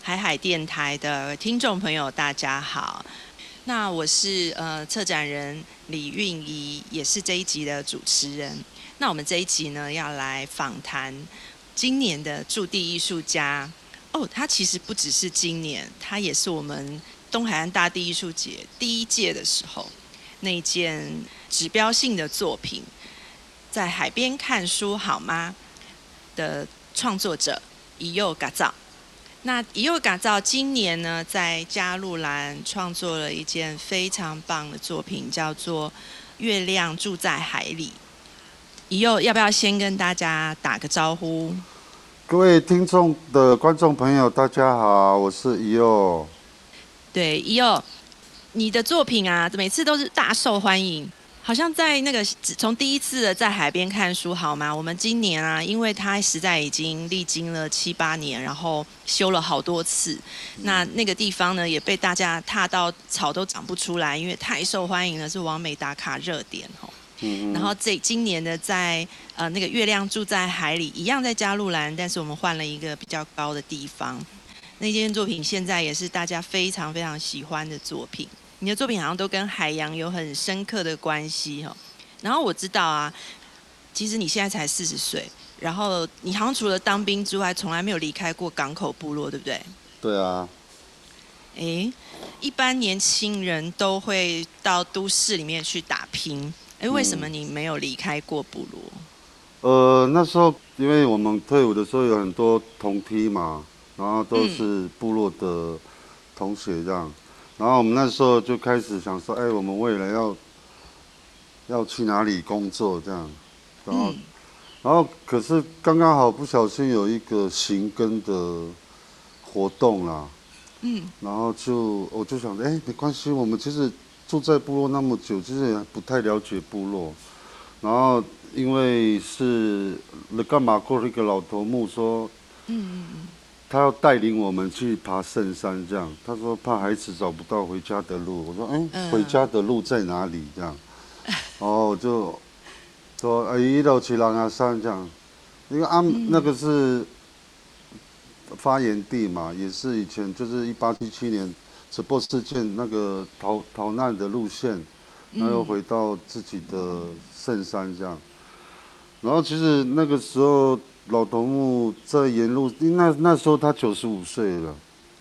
海海电台的听众朋友，大家好。那我是策展人李韵仪，也是这一集的主持人。那我们这一集呢，要来访谈今年的驻地艺术家。他其实不只是今年，他也是我们东海岸大地艺术节第一届的时候那一件指标性的作品，在海边看书好吗的创作者伊佑嘎造。那伊佑嘎造今年呢，在加路兰创作了一件非常棒的作品，叫做《月亮住在海里》。伊佑要不要先跟大家打个招呼？ 各位听众的观众朋友，大家好，我是伊佑。 对，伊佑，你的作品啊，每次都是大受欢迎。好像在那个从第一次的在海边看书好吗？我们今年啊，因为它实在已经历经了7-8年，然后修了好多次，那个地方呢也被大家踏到草都长不出来，因为太受欢迎了，是网美打卡热点哦。然后今年的在那个月亮住在海里，一样在加路兰，但是我们换了一个比较高的地方。那件作品现在也是大家非常非常喜欢的作品。你的作品好像都跟海洋有很深刻的关系哦。然后我知道啊，其实你现在才40岁，然后你好像除了当兵之外，从来没有离开过港口部落，对不对？ 对啊。 一般年轻人都会到都市里面去打拼，为什么你没有离开过部落？ 那时候因为我们退伍的时候有很多同梯嘛，然后都是部落的同学这样，然后我们那时候就开始想说，我们未来要去哪里工作这样，然后可是刚刚好不小心有一个行耕的活动啦，然后我就想，没关系，我们其实住在部落那么久，其实也不太了解部落，然后因为是干嘛过了一个老头目说，他要带领我们去爬圣山这样，他说怕孩子找不到回家的路，我说回家的路在哪里这样，然后我就说167狼牙山这样，因为那个是发源地嘛，也是以前就是1877年直播事件那个逃难的路线，然后又回到自己的圣山这样。然后其实那个时候老头目在沿路，那时候他95岁了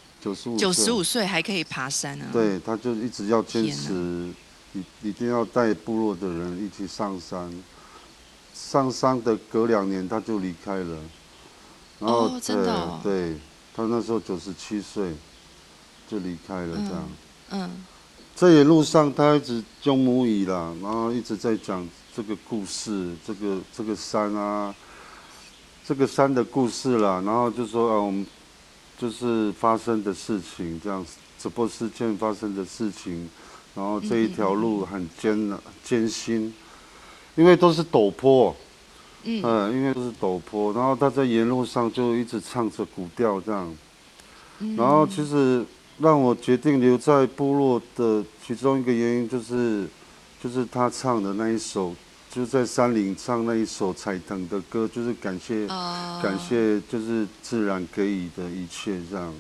，95岁还可以爬山啊？ 对，他就一直要坚持，一定要带部落的人一起上山。上山的隔2年他就离开了。然后真的对，他那时候97岁就离开了这样。这一路上他一直用母语啦，然后一直在讲这个故事，这个山啊，这个山的故事啦，然后就说我们就是发生的事情，这样直播事件发生的事情，然后这一条路很艰辛，因为都是陡坡。因为都是陡坡，然后他在沿路上就一直唱着古调这样，然后其实让我决定留在部落的其中一个原因就是他唱的那一首，就是在山林唱那一首彩藤的歌，就是感谢就是自然给予的一切这样，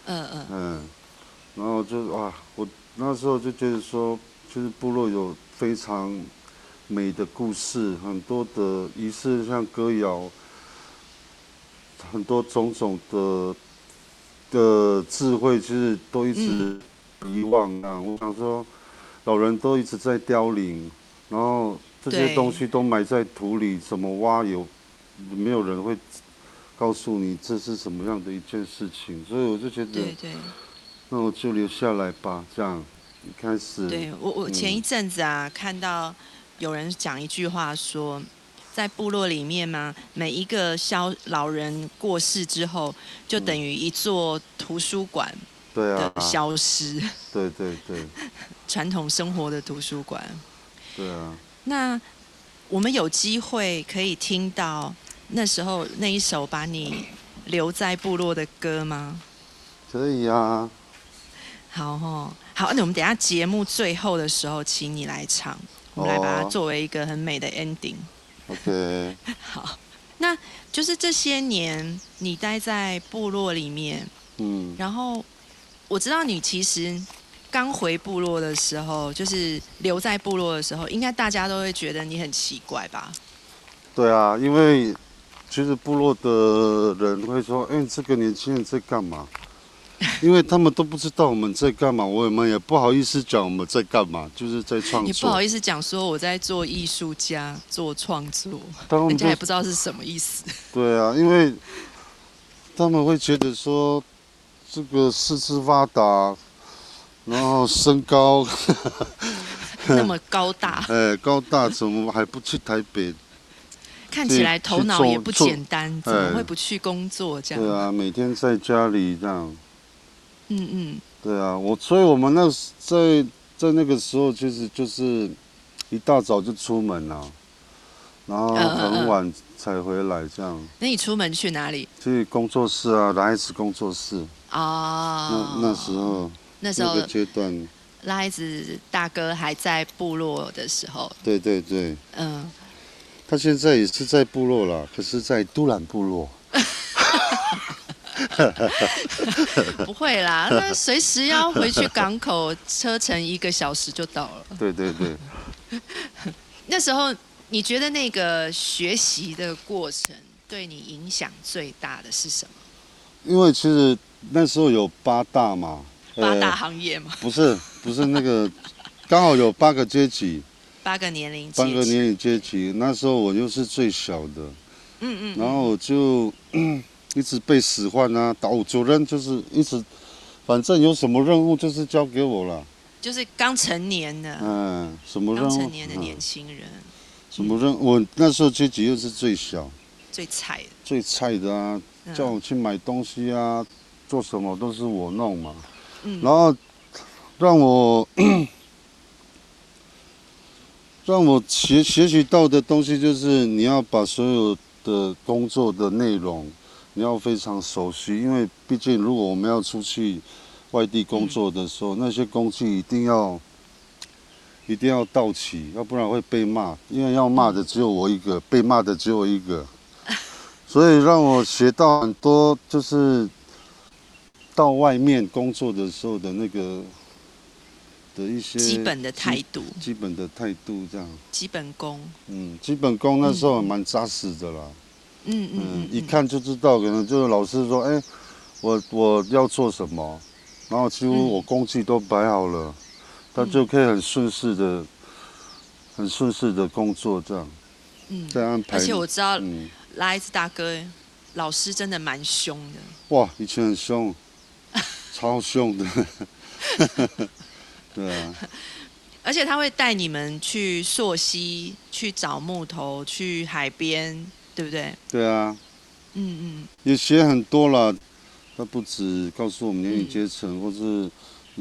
然后就我那时候就觉得说，就是部落有非常美的故事，很多的仪式，像歌谣，很多种种的智慧，其实都一直遗忘啊。我想说，老人都一直在凋零，然后这些东西都埋在土里，怎么挖没有人会告诉你这是什么样的一件事情，所以我就觉得，那我就留下来吧，这样一开始。 对我前一阵子啊，看到有人讲一句话说，在部落里面嘛，每一个老人过世之后，就等于一座图书馆的消失。 对对对。 传统生活的图书馆。 对啊。 那我们有机会可以听到那时候那一首把你留在部落的歌吗？ 可以啊。 好，那我们等一下节目最后的时候，请你来唱，我们来把它作为一个很美的 ending。OK。 好，那就是这些年你待在部落里面， 然后我知道你其实刚回部落的时候，就是留在部落的时候，应该大家都会觉得你很奇怪吧？ 对啊，因为其实部落的人会说：“哎，这个年轻人在干嘛？”因为他们都不知道我们在干嘛，我们也不好意思讲我们在干嘛，就是在创你不好作。 意思讲说我在做艺术家、做创作，人他们就家也不知道是什么意思。 对啊，因为他们会觉得说这个四肢发达，然后身高， 那么高大， 高大，怎么还不去台北？ 看起来头脑也不去做简单，怎么会不去工作这样？ 对啊，每天在家里这样。 嗯。 对啊，所以我们在那个时候，其实就是一大早就出门了，然后很晚才回来这样。 那你出门去哪里？ 去工作室啊，拉孩子工作室。 哦。 那时候那个阶段， 拉孩子大哥还在部落的时候。 对。他现在也是在部落啦，可是在都兰部落。 不会啦，那随时要回去港口，车程1个小时就到了。 对。 那时候你觉得那个学习的过程对你影响最大的是什么？ 因为其实那时候有8大嘛 ，8大行业嘛？ 不是那个，刚好有8个阶级 ，8个年龄阶级。那时候我又是最小的，然后我就一直被使唤啊，导主任就是一直，反正有什么任务就是交给我了。 就是刚成年的， 什么任务？ 刚成年的年轻人， 什么任务？我那时候阶级又是最小，最菜的啊，叫我去买东西啊，做什么都是我弄嘛。然后让我学习到的东西就是你要把所有的工作的内容你要非常熟悉，因为毕竟如果我们要出去外地工作的时候，那些工具一定要到齐，要不然会被骂，因为要骂的只有我一个，被骂的只有我一个，所以让我学到很多，就是到外面工作的时候的那个的一些基本的态度这样。 基本功。 基本功那时候蛮扎实的啦。一看就知道，可能就是老师说，我要做什么，然后几乎我工具都摆好了，他就可以很顺势的工作这样。再安排。 而且我知道，拉孩子大哥老师真的蛮凶的。 哇，以前很凶，超凶的。对啊。 而且他会带你们去溯溪，去找木头，去海边，对不对？ 对啊。也学很多啦。他不止告诉我们年龄阶层，或是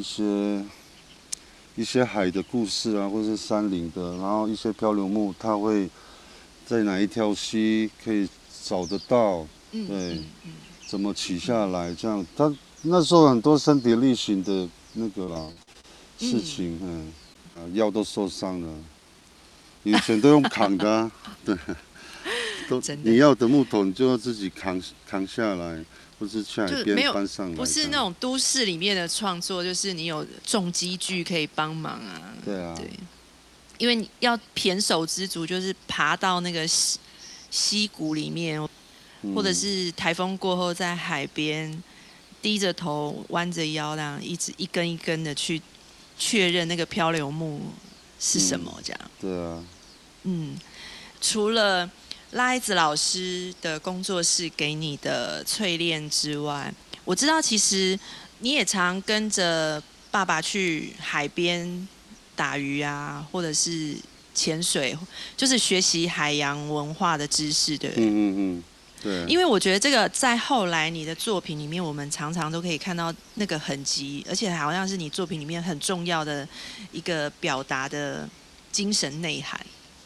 一些海的故事啊，或是山林的，然后一些漂流木，他会在哪一条溪可以找得到，对，怎么取下来，这样。他那时候很多身体力行的那个啦事情，腰都受伤了，以前都用扛的啊，对，你要的木头你就要自己扛下来，或是去海边搬上来。 不是那种都市里面的创作，就是你有重机具可以帮忙啊。 对啊。 对，因为你要胼手胝足，就是爬到那个溪谷里面，或者是台风过后在海边低着头弯着腰，那样一直一根一根的去确认那个漂流木是什么，这样。 对啊。 除了拉孩子老师的工作室给你的淬炼之外，我知道其实你也常跟着爸爸去海边打鱼啊，或者是潜水，就是学习海洋文化的知识，对不对？ 对。 因为我觉得这个在后来你的作品里面，我们常常都可以看到那个痕迹，而且好像是你作品里面很重要的一个表达的精神内涵。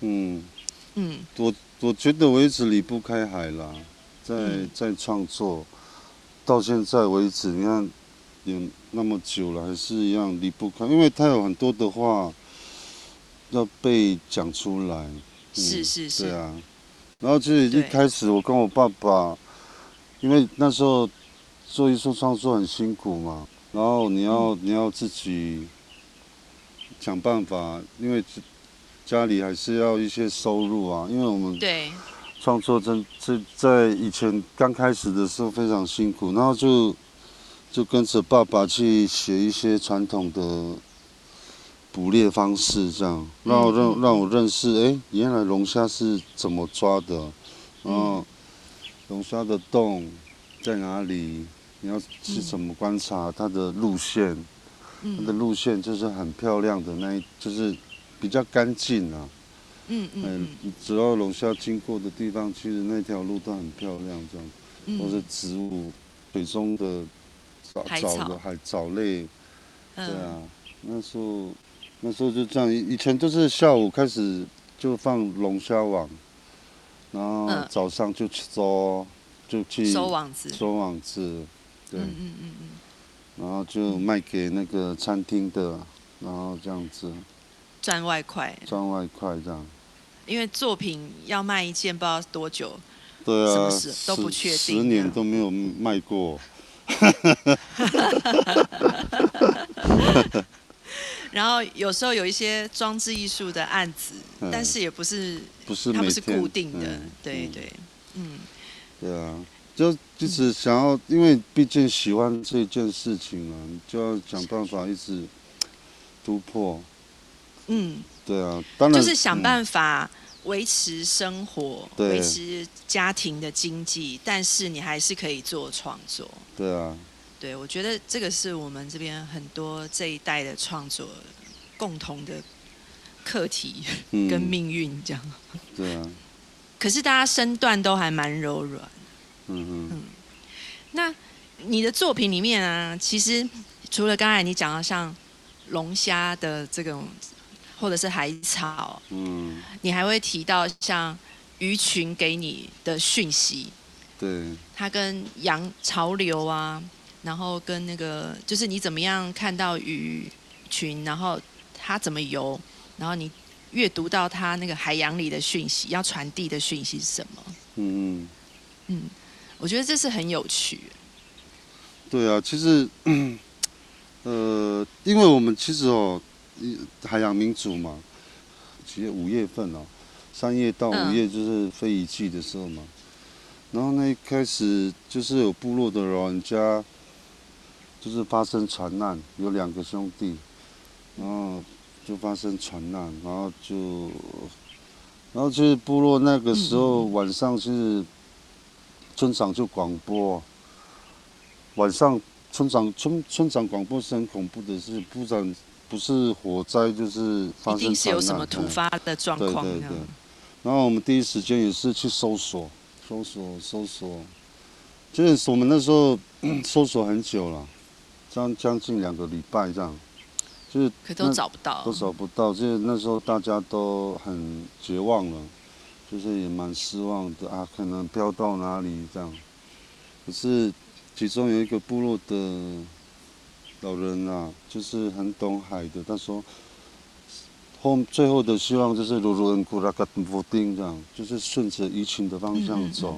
我觉得我一直离不开海啦，在创作到现在为止，你看有那么久了，还是一样离不开，因为它有很多的话要被讲出来。 是。 对啊。然后就是一开始我跟我爸爸，因为那时候做艺术创作很辛苦嘛，然后你要自己想办法，因为家里还是要一些收入啊，因为我们对， 创作在以前刚开始的时候非常辛苦，然后就跟着爸爸去学一些传统的捕猎方式，这样让我认识，原来龙虾是怎么抓的，然后龙虾的洞在哪里，你要去怎么观察它的路线，它的路线就是很漂亮的就是比较干净啊。只要龙虾经过的地方，其实那条路都很漂亮，这样，都是植物，水中的藻类，对啊，那时候就这样，以前都是下午开始就放龙虾网，然后早上就去收网子， 对，然后就卖给那个餐厅的，然后这样子赚外快这样。 因为作品要卖一件不知道多久， 对啊， 什么事都不确定 10年都没有卖过。 然后有时候有一些装置艺术的案子，但是也不是它不是固定的，对， 对啊，就是想要，因为毕竟喜欢这件事情啊，你就要想办法一直突破。对啊，当然就是想办法维持生活，维持家庭的经济，但是你还是可以做创作。 对啊， 对，我觉得这个是我们这边很多这一代的创作共同的课题跟命运这样。 对啊。 可是大家身段都还蛮柔软。那你的作品里面啊，其实除了刚才你讲到像龙虾的这种，或者是海草，你还会提到像鱼群给你的讯息， 对， 它跟潮流啊，然后跟那个就是你怎么样看到鱼群，然后它怎么游，然后你阅读到它那个海洋里的讯息，要传递的讯息是什么？我觉得这是很有趣。 对啊，其实，因为我们其实海洋民族嘛，其实5月份3月到5月就是非遗季的时候嘛。然后一开始就是有部落的老人家，就是发生船难，有2个兄弟，然后就发生船难，然后就是部落那个时候晚上是村长就广播，晚上村长广播是很恐怖的事，不是火灾就是发生船难， 一定是有什么突发的状况。 对。然后我们第一时间也是去搜索，就是我们那时候搜索很久了，将近2个礼拜这样，就是可都找不到， 就是那时候大家都很绝望了，就是也蛮失望的啊，可能飘到哪里这样。可是其中有一个部落的老人啊，就是很懂海的，他说最后的希望就是如恩库拉卡布丁这样，就是顺着鱼群的方向走。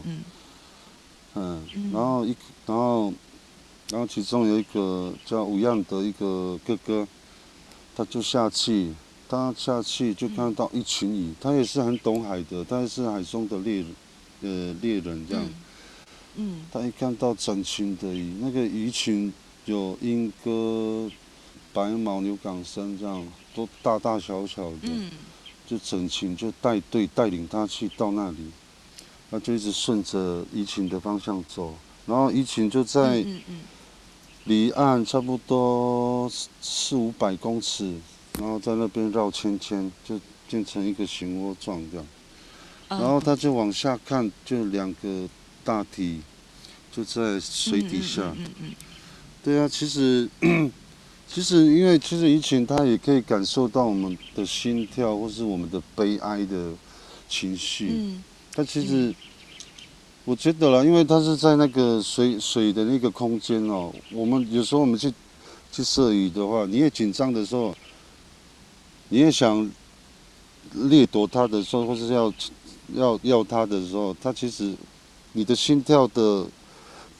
然后其中有一个叫吴样的一个哥哥，他下去就看到一群鱼，他也是很懂海的，他也是海中的猎人这样。他一看到整群的鱼，那个鱼群有鹰哥、白毛牛港生这样，都大大小小的，就整群就带领他去到那里，他就一直顺着鱼群的方向走，然后鱼群就在离岸差不多400-500公尺，然后在那边绕圈圈，就变成一个漩涡状这样，然后他就往下看，就2个大体就在水底下。对啊，其实因为鱼群它也可以感受到我们的心跳或是我们的悲哀的情绪。它其实我觉得啦，因为它是在那个水的那个空间我们有时候我们去射鱼的话，你越紧张的时候，你越想掠夺它的时候，或是要它的时候，它其实你的心跳的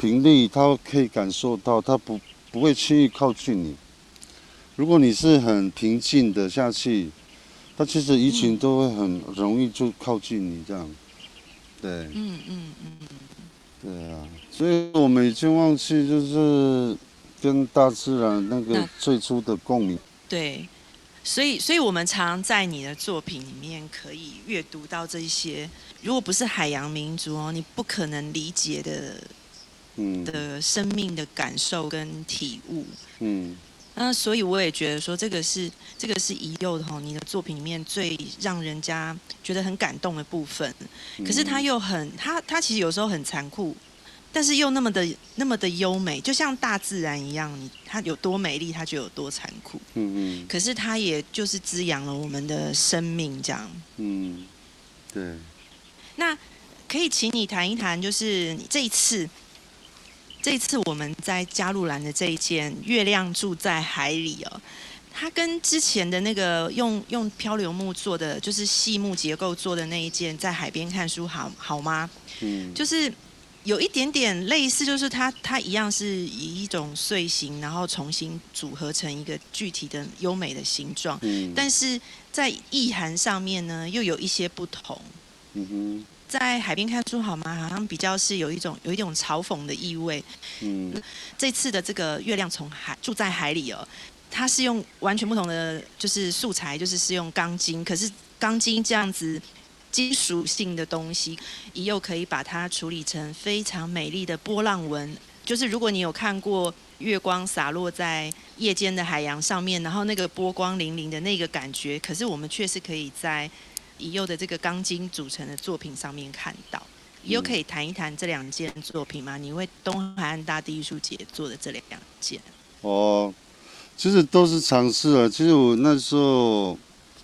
频率，它可以感受到，它不会轻易靠近你。如果你是很平静的下去，它其实鱼群都会很容易就靠近你这样。对。对啊，所以我们已经忘记就是跟大自然那个最初的共鸣。 对。所以我们常在你的作品里面可以阅读到这一些，如果不是海洋民族哦，你不可能理解的生命的感受跟体悟。那所以我也觉得说，这个是宜佑的你的作品里面最让人家觉得很感动的部分。可是他又他其实有时候很残酷，但是又那么的优美，就像大自然一样，它有多美丽，它就有多残酷。可是它也就是滋养了我们的生命，这样。 对。 那可以请你谈一谈，就是你这一次我们在加路兰的这一件《月亮住在海里》哦，它跟之前的那个用漂流木做的，就是细木结构做的那一件，在海边看书好吗？就是有一点点类似，就是它一样是以一种碎形，然后重新组合成一个具体的优美的形状，但是在意涵上面呢，又有一些不同。在海边看书好吗？好像比较是有一种嘲讽的意味。这次的这个月亮住在海里哦，它是用完全不同的就是素材，就是用钢筋，可是钢筋这样子金属性的东西，又可以把它处理成非常美丽的波浪纹。就是如果你有看过月光洒落在夜间的海洋上面，然后那个波光粼粼的那个感觉，可是我们却是可以在宜佑的这个钢筋组成的作品上面看到。宜佑可以谈一谈这2件作品吗？你为东海岸大地艺术节做的这2件。 其实都是尝试了。其实我那时候，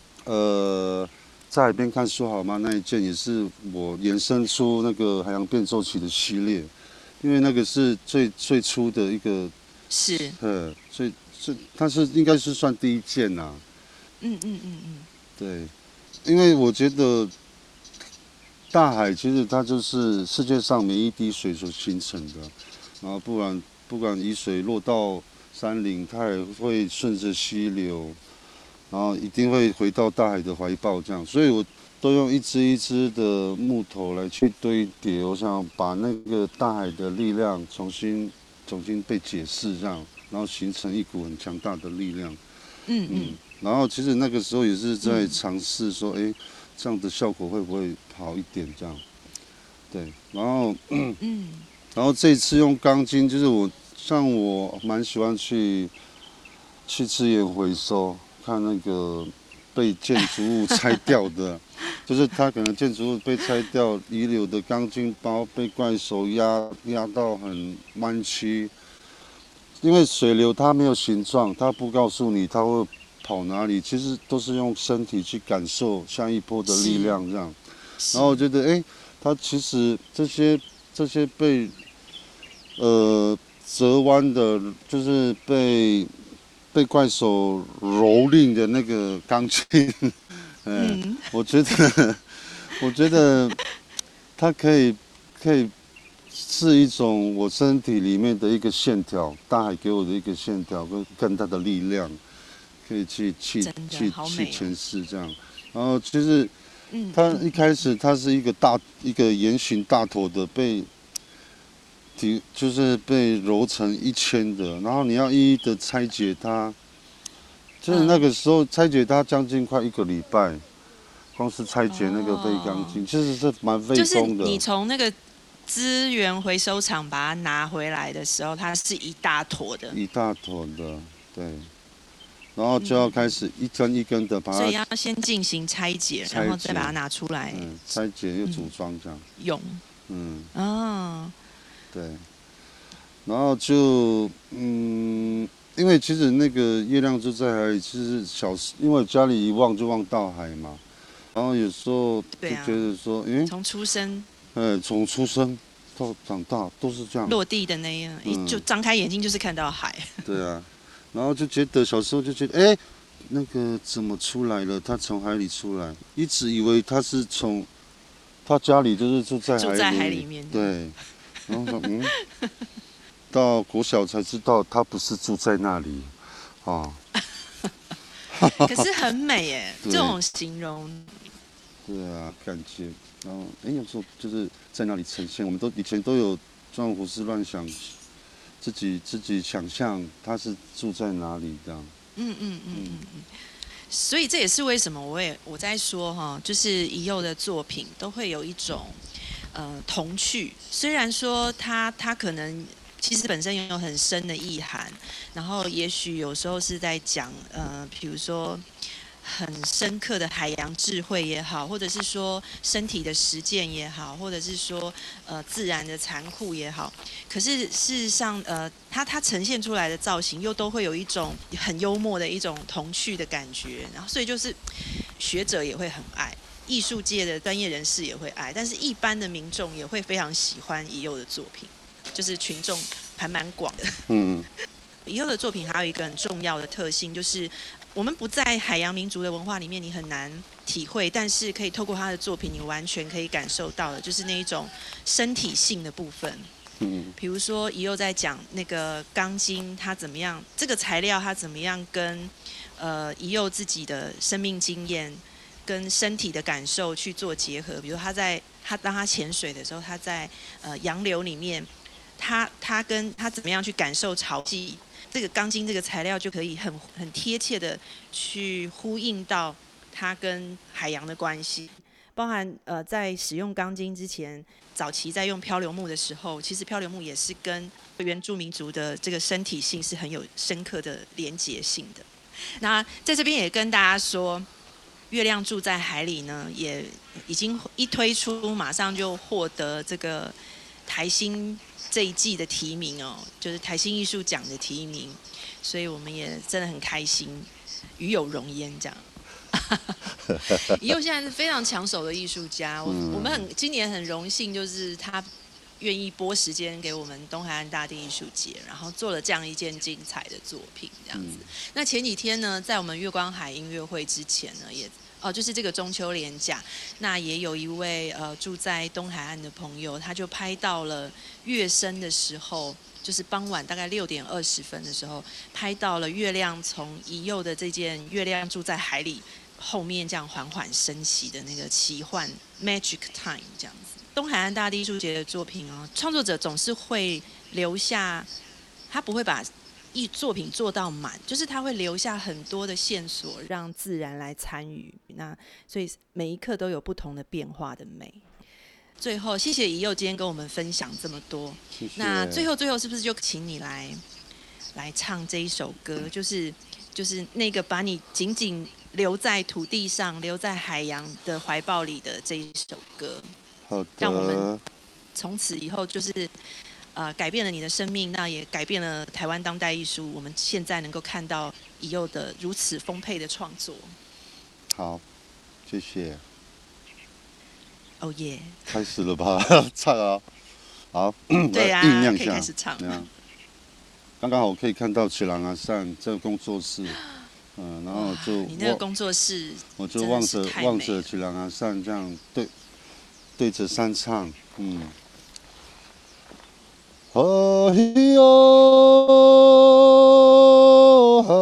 在海边看书好吗？那一件也是我延伸出那个海洋变奏曲的系列，因为那个是最初的一个。 是。 它是应该是算第一件呐。对。因为我觉得大海其实它就是世界上每一滴水所形成的，然后不管雨水落到山林，它也会顺着溪流，然后一定会回到大海的怀抱这样。所以我都用一支一支的木头来去堆叠，我想把那个大海的力量重新被解释这样，然后形成一股很强大的力量。然后其实那个时候也是在尝试说，这样的效果会不会好一点这样？对，然后这一次用钢筋，就是我蛮喜欢去资源回收，看那个被建筑物拆掉的，就是它可能建筑物被拆掉，遗留的钢筋包被怪手压到很弯曲，因为水流它没有形状，它不告诉你它会跑哪里，其实都是用身体去感受下一波的力量这样。然后我觉得，它其实这些被折弯的，就是被怪手蹂躏的那个钢筋，我觉得它可以是一种我身体里面的一个线条，大海给我的一个线条跟更大的力量。可以去诠释这样，然后其实，它一开始它是一个圆形大坨的就是被揉成一圈的，然后你要一一的拆解它，就是那个时候拆解它将近快1个礼拜，光是拆解那个背钢筋，其实是蛮费工的。 就是你从那个资源回收厂把它拿回来的时候，它是一大坨的， 对。然后就要开始一根一根的把它， 所以要先进行拆解，然后再把它拿出来。 拆解又组装这样。 用。 对。然后就因为其实那个月亮住在海里，其实因为家里一望就望到海嘛，然后有时候就觉得说， 从出生， 从出生到长大都是这样， 落地的那样，就张开眼睛就是看到海。 对啊。然后就觉得小时候就觉得，那个怎么出来了？他从海里出来，一直以为他是从他家里就是住在海里面。对。 然后说到国小才知道他不是住在那里，哦， 可是很美耶， 对这种形容。 对啊，感觉，然后有时候就是在那里呈现，我们以前都有这种胡思乱想，自己想象他是住在哪里这样。 所以这也是为什么我在说哈，就是遗佑的作品都会有一种童趣，虽然说他可能其实本身有很深的意涵，然后也许有时候是在讲比如说很深刻的海洋智慧也好，或者是说身体的实践也好，或者是说自然的残酷也好，可是事实上它呈现出来的造型又都会有一种很幽默的一种童趣的感觉，然后所以就是学者也会很爱。艺术界的专业人士也会爱，但是一般的民众也会非常喜欢遗佑的作品，就是群众还蛮广的。 嗯， 遗佑的作品还有一个很重要的特性，就是我们不在海洋民族的文化里面，你很难体会，但是可以透过他的作品，你完全可以感受到的，就是那一种身体性的部分。比如说遗佑在讲那个钢筋，它怎么样，这个材料它怎么样跟遗佑自己的生命经验跟身体的感受去做结合。比如当他潜水的时候，他在洋流里面，他跟他怎么样去感受潮汐，这个钢筋这个材料就可以很贴切的去呼应到它跟海洋的关系。包含在使用钢筋之前，早期在用漂流木的时候，其实漂流木也是跟原住民族的这个身体性是很有深刻的连结性的。那在这边也跟大家说，月亮住在海里呢，也已经一推出，马上就获得这个台新这一季的提名哦，就是台新艺术奖的提名，所以我们也真的很开心，与有荣焉这样。遗佑现在是非常抢手的艺术家，我们今年很荣幸，就是他愿意拨时间给我们东海岸大地艺术节，然后做了这样一件精彩的作品，这样子。那前几天呢，在我们月光海音乐会之前呢，就是这个中秋连假，那也有一位住在东海岸的朋友，他就拍到了月升的时候。就是傍晚大概6:20的时候，拍到了月亮从遗佑的这件月亮住在海里后面这样缓缓升起的那个奇幻 magic time 这样子。东海岸大地艺术节的作品哦，创作者总是会留下，他不会把作品做到满，就是他会留下很多的线索，让自然来参与。那所以每一刻都有不同的变化的美。最后，谢谢遗佑今天跟我们分享这么多。 谢谢。 那最后是不是就请你来唱这一首歌？就是那个把你紧紧留在土地上、留在海洋的怀抱里的这一首歌。 好的。 让我们从此以后就是改变了你的生命，那也改变了台湾当代艺术。我们现在能够看到遗佑的如此丰沛的创作。 好，谢谢。 哦耶！ 开始了吧？唱啊！好， 对啊， 酝酿一下。 可以开始唱。 刚刚好我可以看到奇朗阿善这个工作室，然后就你那个工作室， 我就望着奇朗阿善这样对着山唱，哎呦，好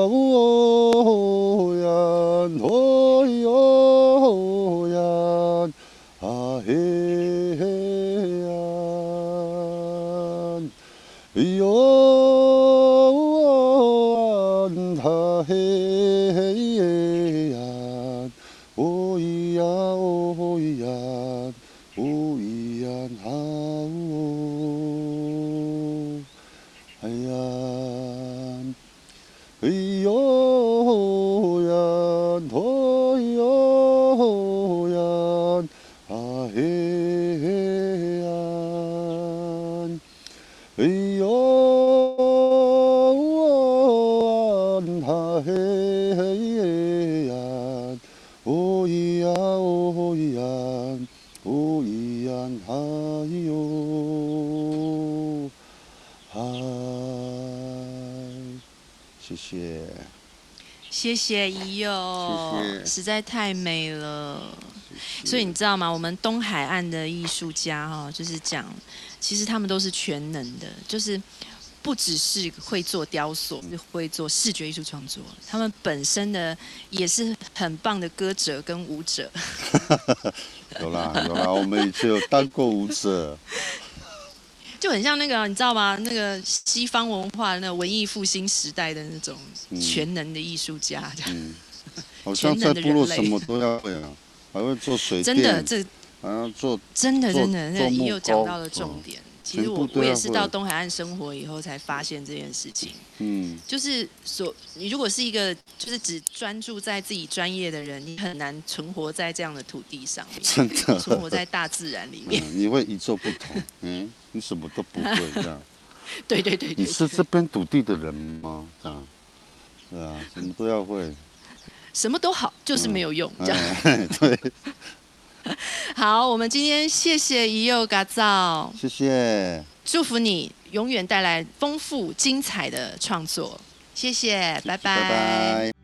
呀，哎呦呀，啊嘿呀，哎呦，啊嘿呀，哦咿呀，哦咿呀，哦咿呀，啊哦，哎呀，哎呦呀，哦呦呀，啊嘿呀，哎呦啊嘿呀，哦咿呀哦咿呀，哦咿呀哎呦，嗨，谢谢。 谢谢怡佑， 谢谢实在太美了。 谢谢所以你知道吗？我们东海岸的艺术家就是讲，其实他们都是全能的，就是不只是会做雕塑，会做视觉艺术创作，他们本身的也是很棒的歌者跟舞者。 有啦有啦，我们以前有当过舞者。 就很像那个，你知道吗？那个西方文化的那个文艺复兴时代的那种全能的艺术家， 好像在部落什么都要会啊，还会做水电， 真的，这还要做真的，那木又讲工到了重点。其实全部都要我也是到会东海岸生活以后才发现这件事情。 嗯， 就是你如果是一个就是只专注在自己专业的人，你很难存活在这样的土地上面， 真的存活在大自然里面。 你会与众不同，你什么都不会这样。 对， 你是这边土地的人吗？这样，对啊，什么都要会， 什么都好，就是没有用，这样。 对， 好，我们今天谢谢怡佑嘎造， 谢谢， 祝福你永远带来丰富精彩的创作，谢谢，拜拜拜。